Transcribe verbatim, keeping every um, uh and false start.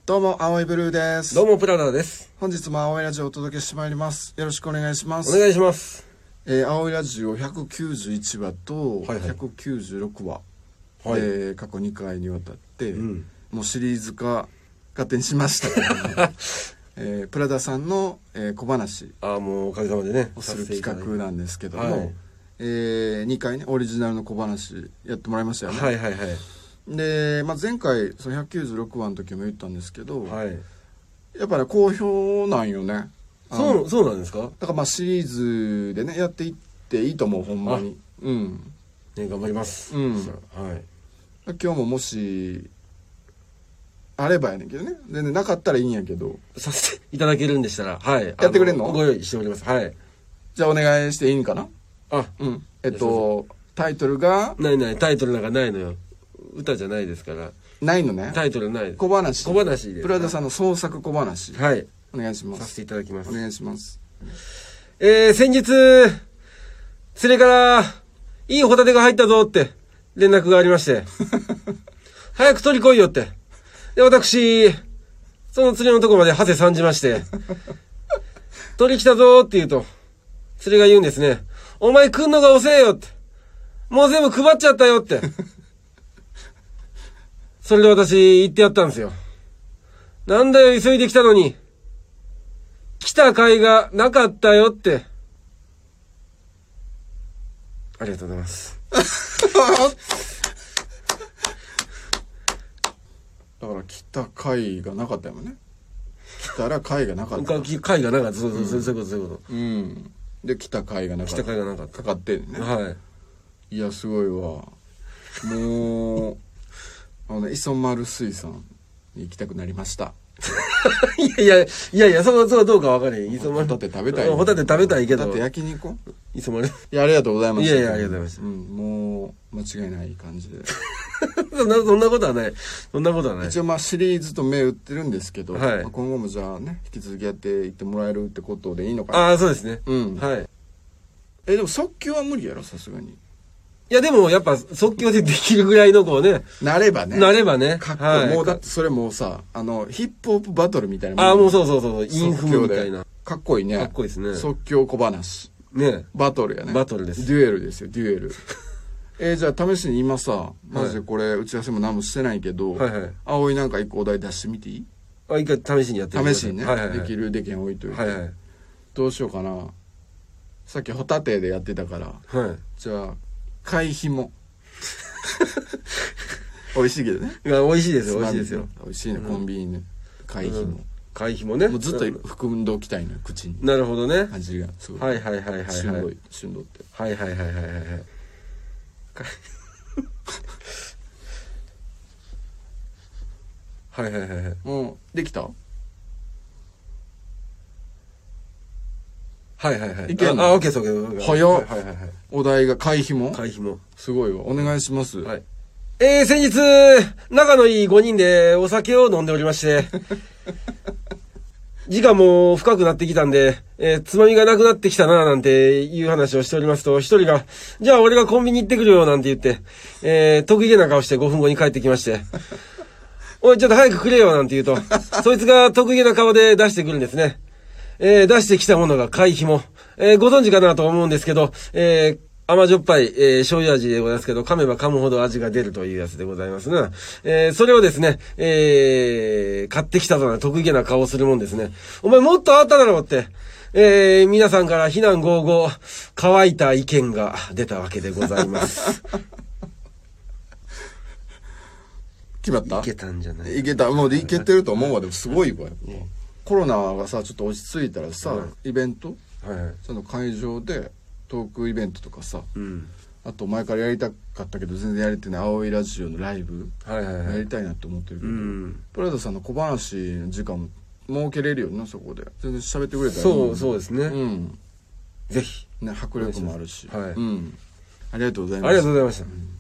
どうも、青いブルーです。 どうも、プラダです。 本日も青いラジオをお届けしてまいります。よろしくお願いします。 お願いします。 えー、青いラジオひゃくきゅうじゅういちわとひゃくきゅうじゅうろくわ、はいはい、えー、過去にかいにわたって、うん、もうシリーズ化勝手にしましたけども、えー、プラダさんの、えー、小話ああもうおかげさまでねをする企画なんですけども、はい、えー、にかいねオリジナルの小話やってもらいましたよね。 はいはいはい。 で、まあ、前回そのひゃくきゅうじゅうろくわの時も言ったんですけど、 はい、 やっぱね好評なんよね。 そうそうなんですか。 だからまあシリーズでねやっていっていいと思う、ほんまに。うんね、頑張ります。 うん、 はい。 今日ももしあればやねんけどね、全然なかったらいいんやけど、 させていただけるんでしたら、はい、やってくれんの？ ご用意しております。はい。 じゃあお願いしていいんかな。 あ、 うん。えっとタイトルがないない、タイトルなんかないのよ。歌じゃないですから。 ないのね。 タイトルない。 小話。 小話で。 プラダさんの創作小話。 はい。 お願いします。 させていただきます。 お願いします。 えー、先日、釣れから、いいホタテが入ったぞって連絡がありまして。早く取り来いよって。で、私、その釣りのとこまでハセ参じまして。取り来たぞって言うと、釣りが言うんですね。お前来んのが遅えよって。もう全部配っちゃったよって。それで私言ってやったんですよ。なんだよ急いで来たのに。来た甲斐がなかったよって。ありがとうございます。 だから来た甲斐がなかったよね。来たら甲斐がなかった。 甲斐がなかった。そうそう、そういうこと、そういうこと。 うん。で、来た甲斐がなかった。 来た甲斐がなかった。 かかってんね。 はい。 いや、すごいわ。もう、あのね、磯丸水産に行きたくなりました。 いやいや、いやいや、そこ、そこどうか分かれへん。磯丸。 ホタテ食べたい、ね。 ホタテ食べたいけど。 ホタテ焼きに行こう。 磯丸。いや、ありがとうございます。 いやいや、ありがとうございます。 うん、もう、間違いない感じで。 そんな、そんなことはない。そんなことはない。 一応まあシリーズと銘打ってるんですけど、 はい、 まあ今後もじゃあね、引き続きやっていってもらえるってことでいいのかな。 ああ、そうですね。 うん。 はい。 え、でも即興は無理やろ、さすがに。 いや、でもやっぱ即興でできるぐらいのこうね。 なればね。 なればね。 かっこいい。はい、もうだってそれもうさ、あの、ヒップホップバトルみたいな。 ああ、もうそうそうそう。インフみたいな。 かっこいいね。 かっこいいですね。 即興小話。 ね。 バトルやね。 バトルです。 デュエルですよ、デュエル。えー、じゃあ試しに今さ、マジでこれ打ち合わせも何もしてないけど、はいはい、葵なんか一個お題出してみていい？ あ、一回試しにやってみて。 試しにね、はいはいはい、できるできん置いといて、はいはい、どうしようかな。さっきホタテでやってたから、はい、じゃあ貝ひも。美味しいけどね。 いや美味しいですよ、美味しいですよ。 美味しいね、コンビニね。貝ひも。 貝ひもね。 もうずっと含んでおきたいのよ、口に。 なるほどね。 味がすごい。 はいはいはいはいはい。 しゅんどい、しゅんどって。 はいはいはいはいはい。はいはいはいはい。 もうできた？ はいはいはい。 いけんの？ あ、オッケーそうオッケー。 早っ。 はいはいはい。 お題が貝ひも？ 貝ひも。 すごいわ。お願いします。 はい。えー、先日、仲のいいごにんでお酒を飲んでおりまして、時間も深くなってきたんで、えー、つまみがなくなってきたな、なんていう話をしておりますと、一人が、じゃあ俺がコンビニ行ってくるよ、なんて言って、えー、得意げな顔してごふんごに帰ってきまして、おい、ちょっと早くくれよ、なんて言うと、そいつが得意げな顔で出してくるんですね。えー、出してきたものが貝ひも。えー、ご存知かなと思うんですけど、えー、甘じょっぱい、えー、醤油味でございますけど、噛めば噛むほど味が出るというやつでございますが、えー、それをですね、えー、買ってきたとな得意げな顔をするもんですね。お前もっとあっただろうって、えー、皆さんから非難合々、乾いた意見が出たわけでございます。 決まった？ いけたんじゃない？ いけた。もういけてると思うわ。でもすごいわ。コロナがさ、ちょっと落ち着いたらさ、イベント、はいはい、その会場でトークイベントとかさ、うん、あと前からやりたかったけど全然やれてない青いラジオのライブ、はいはいはい、やりたいなって思ってるけど、うん、プラダさんの小話の時間も設けれるよな、そこで全然喋ってくれたらいい。 そうそうですね、うん、ぜひね、迫力もあるし、はい、うん、ありがとうございます。 ありがとうございました、うん。